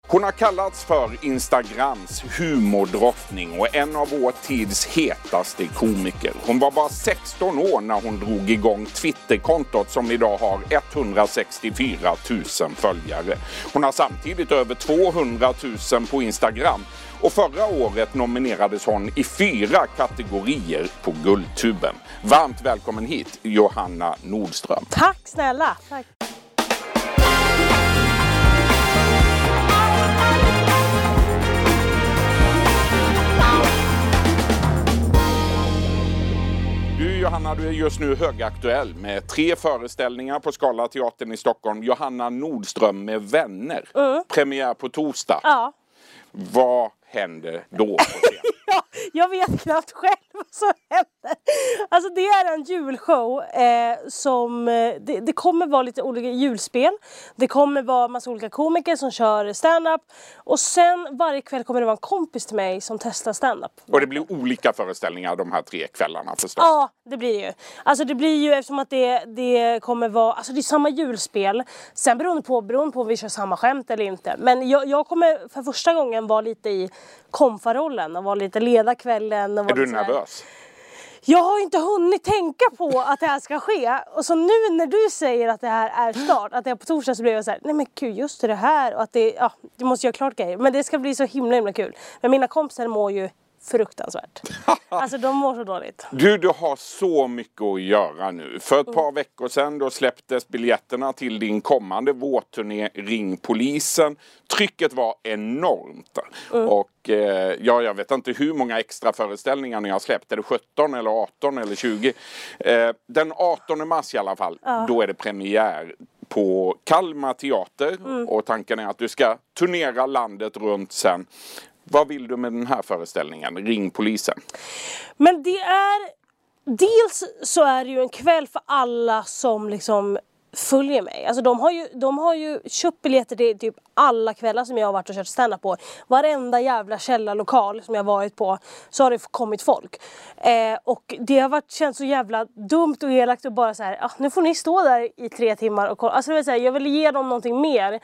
Hon har kallats för Instagrams humordrottning och en av vår tids hetaste komiker. Hon var bara 16 år när hon drog igång Twitterkontot som idag har 164 000 följare. Hon har samtidigt över 200 000 på Instagram. Och förra året nominerades hon i 4 kategorier på Guldtuben. Varmt välkommen hit, Johanna Nordström. Tack snälla. Tack. Johanna, du är just nu högaktuell med 3 föreställningar på Skala teatern i Stockholm. Johanna Nordström med vänner. Premiär på torsdag. Ja. Vad händer då på scen? Ja, jag vet knappt själv vad som händer. Alltså det är en julshow som... Det kommer vara lite olika julspel. Det kommer vara massa olika komiker som kör stand-up. Och sen varje kväll kommer det vara en kompis till mig som testar stand-up. Och det blir olika föreställningar de här 3 kvällarna förstås. Ja, det blir det ju. Alltså det blir ju eftersom att det kommer vara... Alltså det är samma julspel. Sen beroende på om vi kör samma skämt eller inte. Men jag kommer för första gången vara lite i komfarollen och vara lite leda kvällen. Och är du nervös? Jag har inte hunnit tänka på att det här ska ske. Och så nu när du säger att det här är start, att det är på torsdag, så blir jag så här: nej men gud, just det här. Och att det måste göra klart grejer. Men det ska bli så himla kul. Men mina kompisar mår ju fruktansvärt. Alltså de mår så dåligt. Du har så mycket att göra nu. För ett par veckor sedan då släpptes biljetterna till din kommande vårturné Ring polisen. Trycket var enormt. Och jag vet inte hur många extra föreställningar ni har släppt. Är det 17 eller 18 eller 20? Den 18 mars i alla fall, då är det premiär på Kalmar teater. Och tanken är att du ska turnera landet runt sen. Vad vill du med den här föreställningen? Ring polisen. Men det är... Dels så är det ju en kväll för alla som liksom följer mig. Alltså de har ju köpt biljetter till typ alla kvällar som jag har varit och kört stand-up på. Varenda jävla källarlokal som jag har varit på så har det kommit folk. Och det har känts så jävla dumt och elakt och bara så här: nu får ni stå där i 3 timmar och kolla. Alltså jag vill ge dem någonting mer.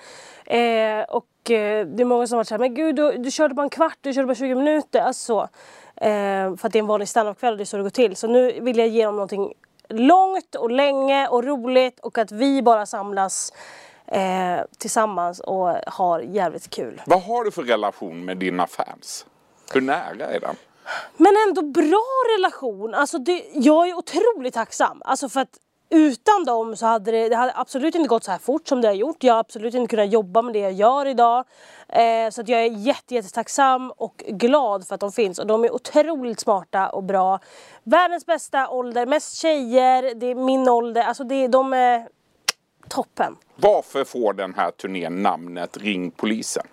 Och det är många som har varit så här: men gud, du körde bara en kvart, du körde bara 20 minuter. Alltså så. För att det är en vanlig stand-up-kväll och det är så det går till. Så nu vill jag ge dem någonting långt och länge och roligt, och att vi bara samlas tillsammans och har jävligt kul. Vad har du för relation med dina fans? Hur nära är den? Men ändå bra relation. Alltså jag är otroligt tacksam. Alltså för att utan dem så hade det hade absolut inte gått så här fort som det har gjort. Jag har absolut inte kunnat jobba med det jag gör idag. Så att jag är jättetacksam och glad för att de finns. Och de är otroligt smarta och bra. Världens bästa ålder, mest tjejer, det är min ålder. Alltså de är toppen. Varför får den här turnén namnet Ring polisen?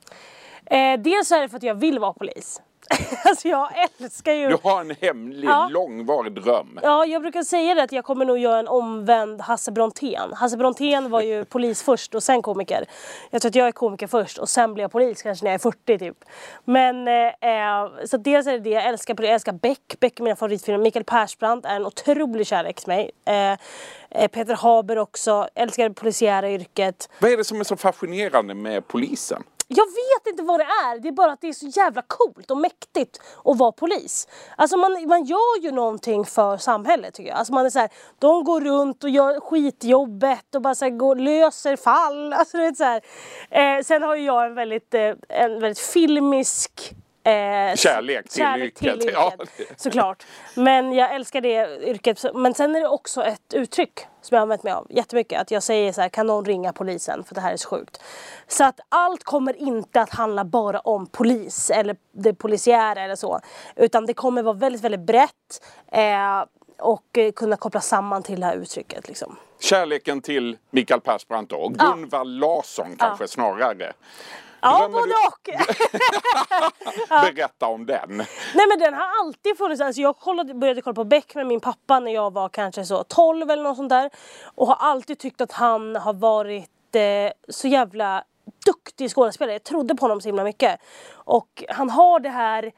Dels är det för att jag vill vara polis. Alltså jag älskar ju... Du har en hemlig, långvarig dröm. Ja, jag brukar säga det att jag kommer nog göra en omvänd Hasse Brontén. Hasse Brontén var ju polis först och sen komiker. Jag tror att jag är komiker först och sen blir jag polis kanske när jag är 40 typ. Men så dels är det det jag älskar på det. Jag älskar Beck. Beck är mina favoritfilmer. Mikael Persbrandt är en otrolig kärlek till mig. Peter Haber också. Älskar det polisiära yrket. Vad är det som är så fascinerande med polisen? Jag vet inte vad det är. Det är bara att det är så jävla coolt och mäktigt att vara polis. Alltså man gör ju någonting för samhället, tycker jag. Alltså man är så här, de går runt och gör skitjobbet och bara så här löser fall. Alltså det är så här. Sen har ju jag en väldigt filmisk kärlek till yrket. Ja. Såklart. Men jag älskar det yrket. Men sen är det också ett uttryck som jag har använt mig av jättemycket. Att jag säger så här: kan någon ringa polisen? För det här är så sjukt. Så att allt kommer inte att handla bara om polis eller det polisiära eller så. Utan det kommer vara väldigt brett. Och kunna koppla samman till det här uttrycket liksom. Kärleken till Mikael Persbrandt och Gunvald Larsson kanske snarare. Ja, både och. Berätta om den. Nej, men den har alltid funnits. Alltså jag började kolla på Beck med min pappa när jag var kanske så 12 eller något sånt där. Och har alltid tyckt att han har varit så jävla duktig skådespelare. Jag trodde på honom så himla mycket. Och han har det här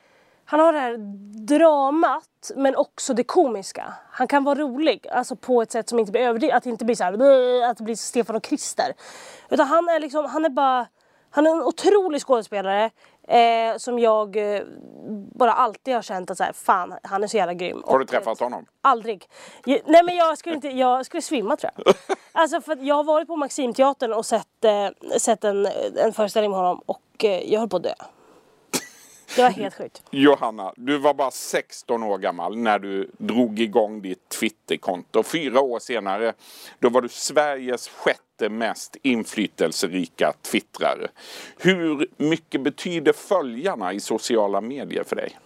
dramat, men också det komiska. Han kan vara rolig, alltså på ett sätt som inte blir överdrivet. Att det inte blir så här, att det blir Stefan och Krister. Utan han är bara Han är en otrolig skådespelare som jag bara alltid har känt att så här, fan, han är så jävla grym. Har du träffat honom? Aldrig. Nej, men jag skulle svimma, tror jag. Alltså, för att jag har varit på Maximteatern och sett en föreställning med honom och jag höll på att dö. Det var helt sjukt. Johanna, du var bara 16 år gammal när du drog igång ditt Twitterkonto. 4 år senare, då var du Sveriges 6:e mest inflytelserika twittrare. Hur mycket betyder följarna i sociala medier för dig?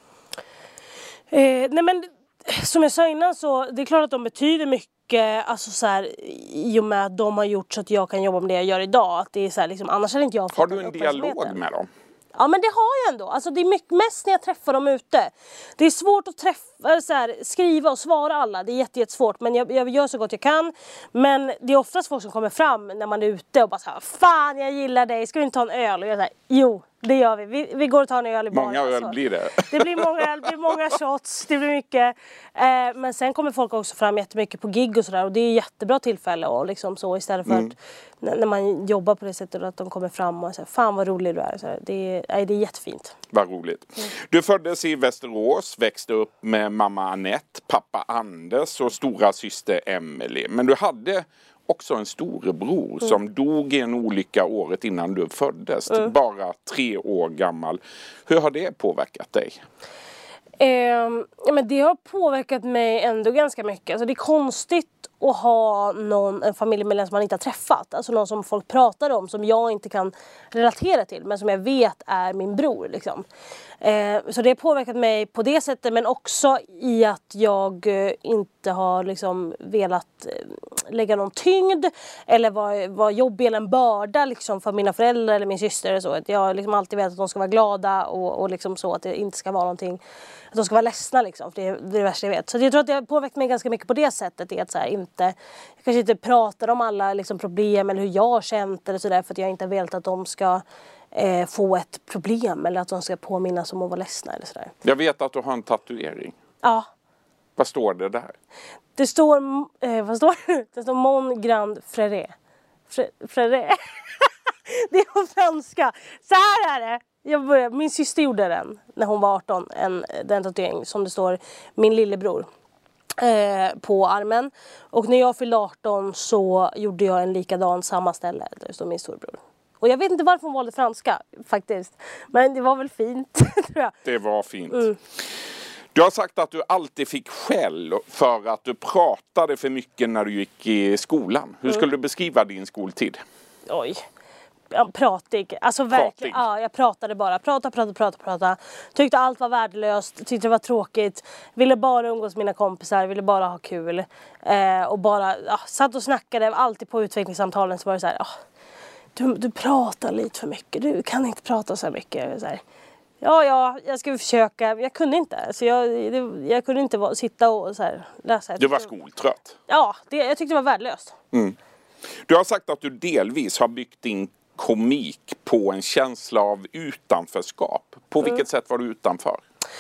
Nej, men som jag sa innan, så det är klart att de betyder mycket, alltså så här, i och med att de har gjort så att jag kan jobba med det jag gör idag. Att det är så här, liksom, annars hade inte jag fått. Har du en dialog med dem? Ja, men det har jag ändå. Alltså det är mycket, mest när jag träffar dem ute. Det är svårt att träffa, så här, skriva och svara alla. Det är jättesvårt, men jag gör så gott jag kan. Men det är oftast folk som kommer fram när man är ute och bara så här, fan, jag gillar dig, ska vi inte ta en öl? Och jag säger, jo, det gör vi. Vi går och tar en öl i baren. Många öl blir det. Det blir många öl, det blir många shots, det blir mycket. Men sen kommer folk också fram jättemycket på gig och sådär. Och det är jättebra tillfälle och liksom så, istället för att när man jobbar på det sättet, att de kommer fram och säger, fan vad rolig du är. Så här, det är jättefint. Vad roligt. Du föddes i Västerås, växte upp med mamma Annette, pappa Anders och stora syster Emelie. Men du hade också en storebror som dog i en olycka året innan du föddes. Bara 3 år gammal. Hur har det påverkat dig? Men det har påverkat mig ändå ganska mycket. Alltså det är konstigt att ha en familjemedlem som man inte har träffat. Alltså någon som folk pratar om, som jag inte kan relatera till, men som jag vet är min bror. Liksom. Så det har påverkat mig på det sättet, men också i att jag inte har liksom velat lägga någon tyngd eller vara jobbig eller en börda liksom, för mina föräldrar eller min syster. Och så. Jag har liksom alltid vetat att de ska vara glada och liksom så, att det inte ska vara någonting, att de ska vara ledsna liksom, för det är det värsta jag vet. Så jag tror att det har påverkat mig ganska mycket på det sättet, att så här, jag kanske inte pratar om alla liksom, problem eller hur jag har känt eller sådär, för att jag inte har velat att de ska få ett problem eller att de ska påminnas om att vara ledsna eller sådär. Jag vet att du har en tatuering. Ja. Vad står det där? Det står, vad står det? Det står Mon Grand Frère. Frère. Det är på franska. Så här är det. Min syster gjorde den när hon var 18. Den tatuering som det står min lillebror på armen. Och när jag fyllde 18 så gjorde jag en likadan, samma ställe där det står min storbror. Och jag vet inte varför hon valde franska faktiskt. Men det var väl fint, tror jag. Det var fint. Du har sagt att du alltid fick skäll för att du pratade för mycket när du gick i skolan. Hur skulle du beskriva din skoltid? Oj. Pratig. Alltså verkligen. Ja, jag pratade bara. Prata. Tyckte allt var värdelöst. Tyckte det var tråkigt. Ville bara umgås med mina kompisar. Ville bara ha kul. Och bara satt och snackade. Alltid på utvecklingssamtalen så var det så här. Du pratar lite för mycket. Du kan inte prata så här mycket. Så här. Ja, jag skulle försöka. Jag kunde inte. Så jag kunde inte sitta och så här, läsa. Du var skoltrött? Ja, jag tyckte det var värdelöst. Du har sagt att du delvis har byggt din komik på en känsla av utanförskap. På vilket sätt var du utanför?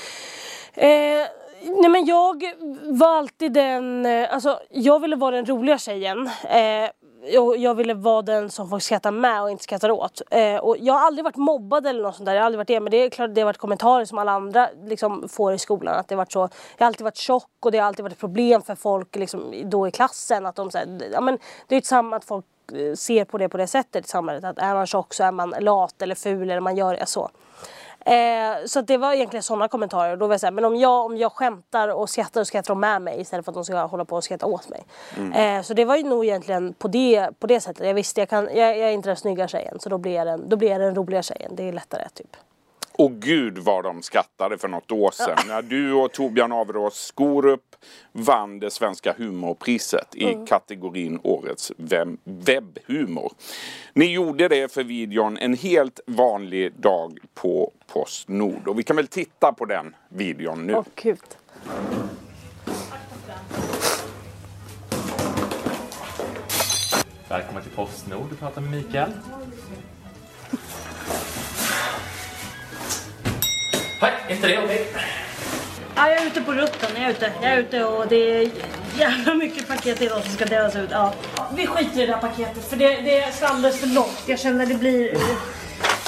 Nej, men jag var alltid alltså jag ville vara den roliga tjejen. Jag ville vara den som folk skrattar med och inte skrattar åt. Och jag har aldrig varit mobbad eller något sånt där. Jag har aldrig varit det. Men det är klart, det har varit kommentarer som alla andra liksom får i skolan. Att det har varit så. Jag har alltid varit tjock och det har alltid varit ett problem för folk liksom, då i klassen. Att de säger, ja, men det är ju samma att folk ser på det sättet i samhället. Att är man tjock så är man lat eller ful eller man gör det så. Så att det var egentligen sådana kommentarer. Och då var jag så här, men om jag skämtar och skrattar de med mig istället för att de ska hålla på och skratta åt mig. Så det var ju nog egentligen på det sättet. Jag visste jag är inte den snygga tjejen, så då blir jag den roliga tjejen. Det är lättare typ. Och gud vad de skrattade för något år sedan. När du och Torbjörn Averås Skorup vann det svenska humorpriset i kategorin Årets webbhumor. Ni gjorde det för videon En helt vanlig dag på Postnord. Och vi kan väl titta på den videon nu. Gud. Välkommen till Postnord, du pratar med Mikael. Nej, inte det okej. Ja, jag är ute på rutten. Jag är ute och det är jävla mycket paket idag som ska delas ut. Ja. Vi skiter i det här paketet för det är alldeles för långt. Jag känner det blir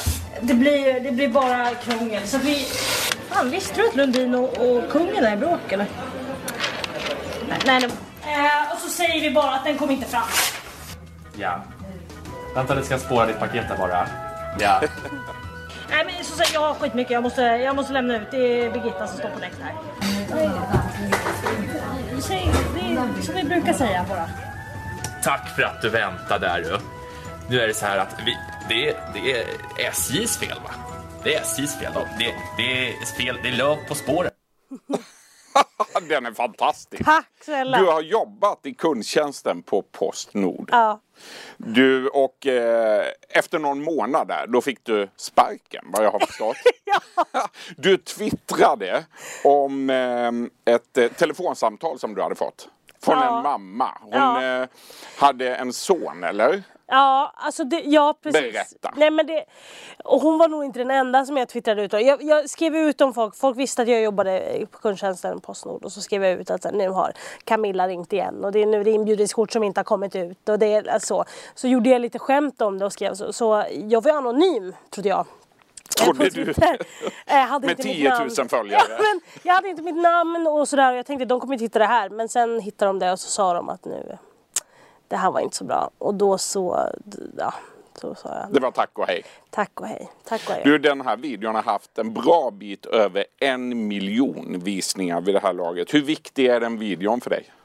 det blir bara krångel. Så att visste du att Lundin och kungen är i bråk, eller? Nej. Och så säger vi bara att den kommer inte fram. Ja. Vänta, det ska spåra ditt paket där bara. Ja. Nej, men så jag har skitmycket. Jag måste lämna ut. Det är Birgitta som står på direkt här. Säg, det är som vi brukar säga bara. Tack för att du väntade där du. Nu är det så här att det är SJs fel, va? Det är SJs fel då. Det är fel, det är löv på spåret. Den är fantastisk. Tack snälla. Du har jobbat i kundtjänsten på PostNord. Ja. Du och efter någon månad där, då fick du sparken, vad jag har förstått. Ja. Du twittrade om ett telefonsamtal som du hade fått från en mamma. Hon hade en son, eller? Ja, alltså ja, precis. Berätta. Nej, men och hon var nog inte den enda som jag twittrade ut. Jag skrev ut om folk. Folk visste att jag jobbade på kundtjänsten PostNord. Och så skrev jag ut att nu har Camilla ringt igen. Och det är inbjudningskort som inte har kommit ut. Och det är alltså, så gjorde jag lite skämt om det och skrev så. Så jag var anonym, trodde jag. Trodde du? Med 10 000 följare. Ja, men jag hade inte mitt namn och sådär. Jag tänkte de kommer inte hitta det här. Men sen hittade de det och så sa de att nu... Det här var inte så bra. Och då så sa jag. Det var tack och hej. Tack och hej. Tack och hej. Du, den här videon har haft en bra bit över 1 miljon visningar vid det här laget. Hur viktig är den videon för dig?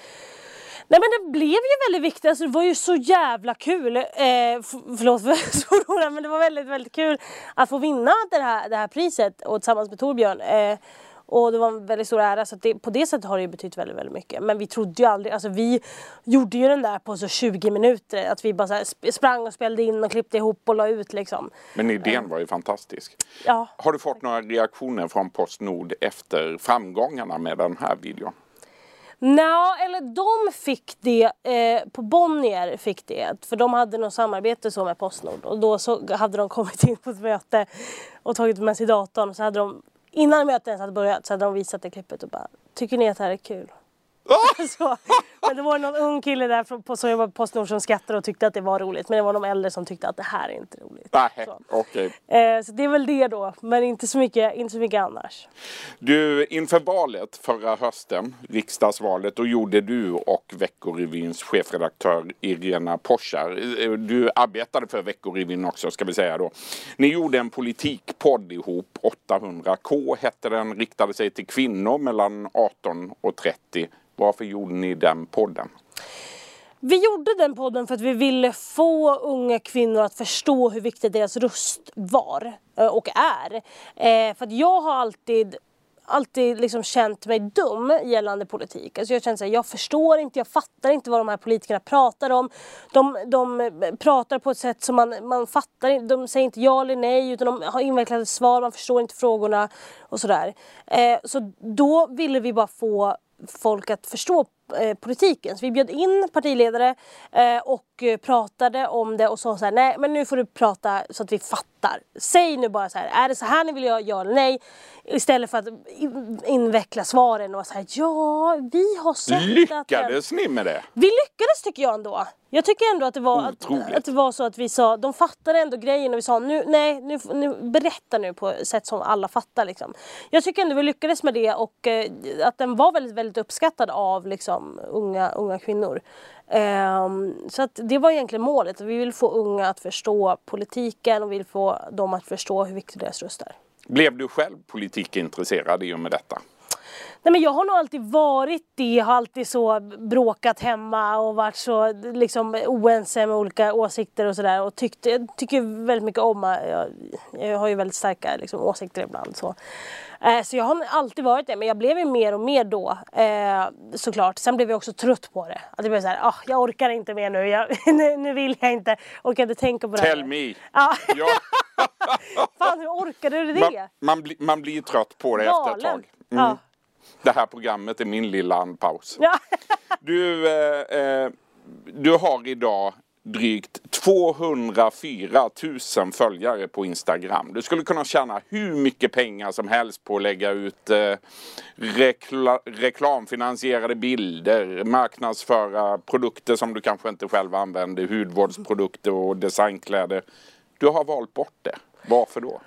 Nej, men det blev ju väldigt viktigt. Alltså, det var ju så jävla kul. Förlåt för svordomen, men det var väldigt, väldigt kul att få vinna det här priset och tillsammans med Torbjörn. Och det var en väldigt stor ära, så att på det sättet har det ju betytt väldigt, väldigt mycket. Men vi trodde ju aldrig, alltså vi gjorde ju den där på så 20 minuter. Att vi bara så här sprang och spelade in och klippte ihop och la ut liksom. Men idén var ju fantastisk. Ja. Har du fått några reaktioner från PostNord efter framgångarna med den här videon? Nej, eller de fick det, på Bonnier fick det. För de hade något samarbete så med PostNord. Och då så hade de kommit in på ett möte och tagit med sig datorn. Och så hade de, innan mötet ens hade börjat, så hade de visat det klippet och bara, tycker ni att det här är kul? Så, men det var någon ung kille där som jobbade på PostNord som skrattade och tyckte att det var roligt. Men det var de äldre som tyckte att det här är inte roligt. Nej, okej. Så det är väl det då, men inte så mycket annars. Du, inför valet förra hösten, riksdagsvalet, då gjorde du och Veckorevyns chefredaktör Irena Poschar, du arbetade för Veckorevyn också ska vi säga då. Ni gjorde en politikpodd ihop, 800K hette den, riktade sig till kvinnor mellan 18 och 30. Varför gjorde ni den podden? Vi gjorde den podden för att vi ville få unga kvinnor att förstå hur viktig deras röst var och är. För att jag har alltid liksom känt mig dum gällande politik. Alltså jag känner så här, jag förstår inte, jag fattar inte vad de här politikerna pratar om. De pratar på ett sätt som man fattar inte. De säger inte ja eller nej, utan de har invecklade svar, man förstår inte frågorna och sådär. Så då ville vi bara få folk att förstå politiken. Så vi bjöd in partiledare och pratade om det och sa så här: nej, men nu får du prata så att vi fattar. Säg nu bara så här, är det så här ni vill göra, ja eller nej? Istället för att inveckla svaren och så här, ja, vi har sett lyckades ni med det? Vi lyckades tycker jag ändå. Jag tycker ändå att det var så att vi sa, de fattade ändå grejen och vi sa nu berätta nu på ett sätt som alla fattar liksom. Jag tycker ändå vi lyckades med det och att den var väldigt, väldigt uppskattad av liksom unga kvinnor. Så att det var egentligen målet. Vi vill få unga att förstå politiken och vill få dem att förstå hur viktig deras röst är. Blev du själv politikintresserad i och med detta? Nej, men jag har nog alltid varit det. Jag har alltid så bråkat hemma och varit så liksom oense med olika åsikter och sådär. Och jag tycker väldigt mycket om, jag har ju väldigt starka liksom, åsikter ibland. Så jag har alltid varit det, men jag blev ju mer och mer då såklart. Sen blev jag också trött på det. Att det blev så här, jag orkar inte mer nu. Nu vill jag inte, orkar inte tänka på det här. Tell me! Ja. Ja. Fan, hur orkade du det? Man blir trött på det efter ett tag. Ja. Det här programmet är min lilla andpaus. Ja. Du har idag drygt 204 000 följare på Instagram. Du skulle kunna tjäna hur mycket pengar som helst på att lägga ut reklamfinansierade bilder, marknadsföra produkter som du kanske inte själv använder, hudvårdsprodukter och designkläder. Du har valt bort det. Varför då?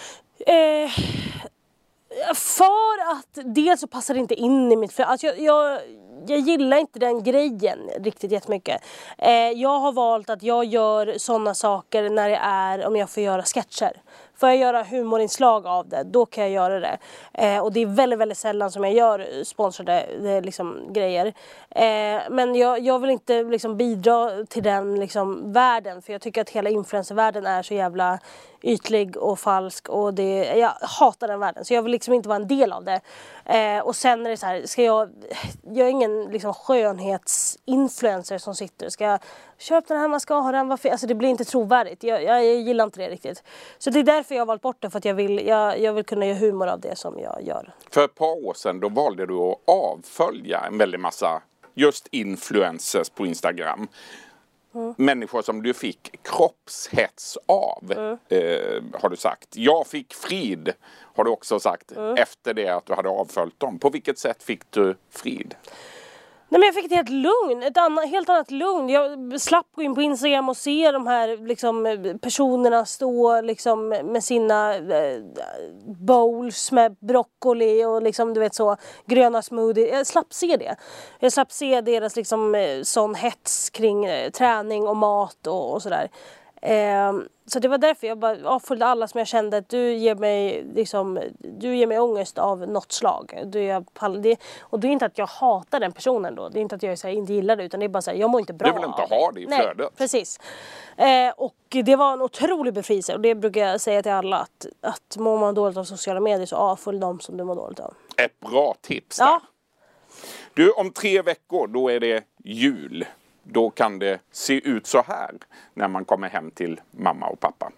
För att dels så passar det inte in i mitt flöde. Alltså jag gillar inte den grejen riktigt jättemycket. Jag har valt att jag gör sådana saker när det är om jag får göra sketcher. Får jag göra humorinslag av det, då kan jag göra det. Och det är väldigt, väldigt sällan som jag gör sponsrade liksom, grejer. Men jag vill inte liksom, bidra till den liksom, världen. För jag tycker att hela influencervärlden är så jävla ytlig och falsk. Och jag hatar den världen. Så jag vill liksom inte vara en del av det. Och sen är det så här, jag är ingen liksom, skönhetsinfluencer som sitter. Ska jag köpa den här mascaran? Alltså det blir inte trovärdigt. Jag gillar inte det riktigt. Så det är därför jag har valt bort det. För att jag vill kunna göra humor av det som jag gör. För ett par år sedan då valde du att avfölja en väldigt massa just influencers på Instagram. Människor som du fick kroppshets av, har du sagt. Jag fick frid, har du också sagt, efter det att du hade avföljt dem. På vilket sätt fick du frid? Nej, men jag fick ett helt lugn, helt annat lugn. Jag slapp gå in på Instagram och se de här liksom, personerna stå liksom, med sina bowls med broccoli och liksom, du vet så, gröna smoothie. Jag slapp se det. Jag slapp se deras liksom, sån hets kring träning och mat och sådär. Så det var därför jag bara avföljde alla som jag kände att du ger mig ångest av något slag. Och det är inte att jag hatar den personen då. Det är inte att jag inte gillar det, utan det är bara så här, jag mår inte bra. Du vill inte ha det i flödet. Nej, precis. Och det var en otrolig befrielse. Och det brukar jag säga till alla, att mår man dåligt av sociala medier så avfölj dem som du mår dåligt av. Ett bra tips där. Ja. Du, om 3 veckor då är det jul. Då kan det se ut så här när man kommer hem till mamma och pappa.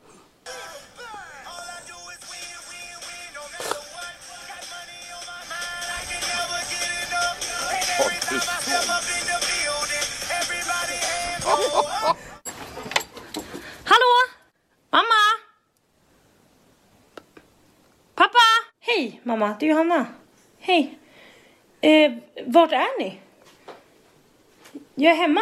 Hallå? Mamma? Pappa? Hej mamma, det är Johanna. Hej. Vart är ni? Jag är hemma.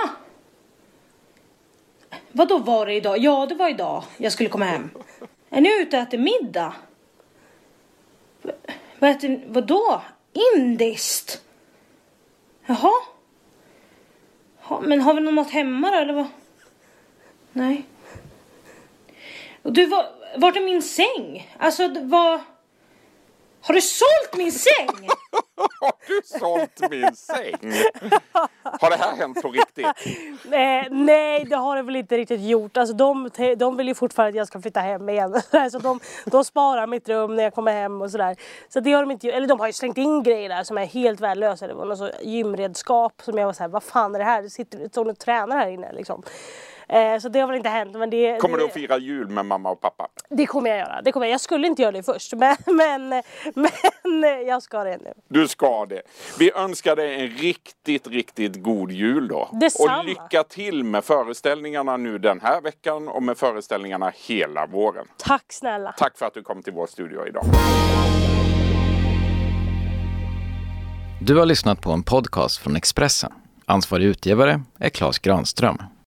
Vadå var det idag? Ja, det var idag jag skulle komma hem. Är ni ute och äter middag? Vadå? Indiskt? Jaha. Men har vi någon mat hemma då, eller vad? Nej. Och du, vart är min säng? Alltså, har du sålt min säng? Har du sålt min säng? Har det här hänt på riktigt? Nej, det har det väl inte riktigt gjort. Alltså, de vill ju fortfarande att jag ska flytta hem igen. Så de sparar mitt rum när jag kommer hem och sådär. Så det har de inte gjort. Eller de har ju slängt in grejer där som är helt värdelösa. Det var något så gymredskap som jag var såhär, vad fan är det här? Det sitter och tränar här inne liksom. Så det har väl inte hänt. Men kommer du att fira jul med mamma och pappa? Det kommer jag göra. Jag skulle inte göra det först. Men jag ska det nu. Du ska det. Vi önskar dig en riktigt, riktigt god jul då. Detsamma. Och lycka till med föreställningarna nu den här veckan och med föreställningarna hela våren. Tack snälla. Tack för att du kom till vår studio idag. Du har lyssnat på en podcast från Expressen. Ansvarig utgivare är Claes Granström.